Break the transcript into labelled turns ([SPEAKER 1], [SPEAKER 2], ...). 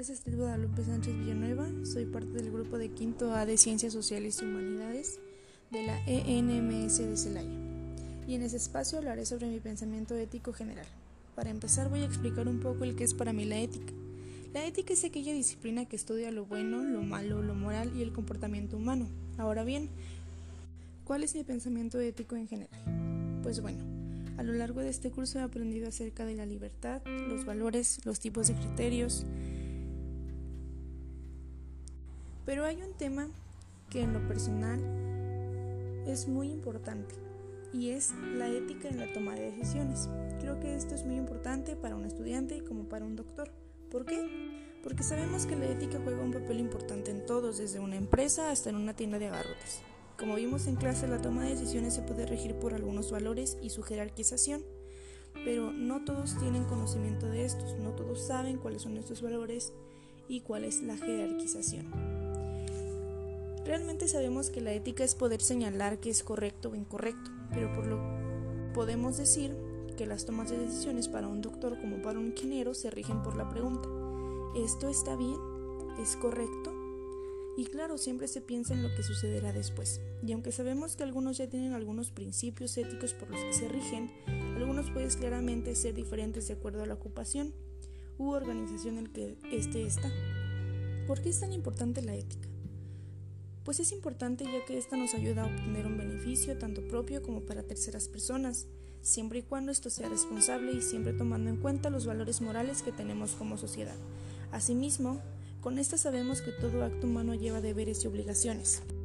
[SPEAKER 1] es Estrid Guadalupe Sánchez Villanueva, soy parte del grupo de quinto A de Ciencias Sociales y Humanidades de la ENMS de Celaya, y en ese espacio hablaré sobre mi pensamiento ético general. Para empezar voy a explicar un poco el que es para mí la ética. La ética es aquella disciplina que estudia lo bueno, lo malo, lo moral y el comportamiento humano. Ahora bien, ¿cuál es mi pensamiento ético en general? Pues bueno, a lo largo de este curso he aprendido acerca de la libertad, los valores, los tipos de criterios. Pero hay un tema que en lo personal es muy importante y es la ética en la toma de decisiones. Creo que esto es muy importante para un estudiante como para un doctor. ¿Por qué? Porque sabemos que la ética juega un papel importante en todos, desde una empresa hasta en una tienda de abarrotes. Como vimos en clase, la toma de decisiones se puede regir por algunos valores y su jerarquización, pero no todos tienen conocimiento de estos, no todos saben cuáles son estos valores y cuál es la jerarquización. Realmente sabemos que la ética es poder señalar qué es correcto o incorrecto, pero podemos decir que las tomas de decisiones para un doctor como para un ingeniero se rigen por la pregunta: ¿esto está bien? ¿Es correcto? Y claro, siempre se piensa en lo que sucederá después. Y aunque sabemos que algunos ya tienen algunos principios éticos por los que se rigen, algunos pueden claramente ser diferentes de acuerdo a la ocupación u organización en que éste está. ¿Por qué es tan importante la ética? Pues es importante ya que esta nos ayuda a obtener un beneficio tanto propio como para terceras personas, siempre y cuando esto sea responsable y siempre tomando en cuenta los valores morales que tenemos como sociedad. Asimismo, con esta sabemos que todo acto humano lleva deberes y obligaciones.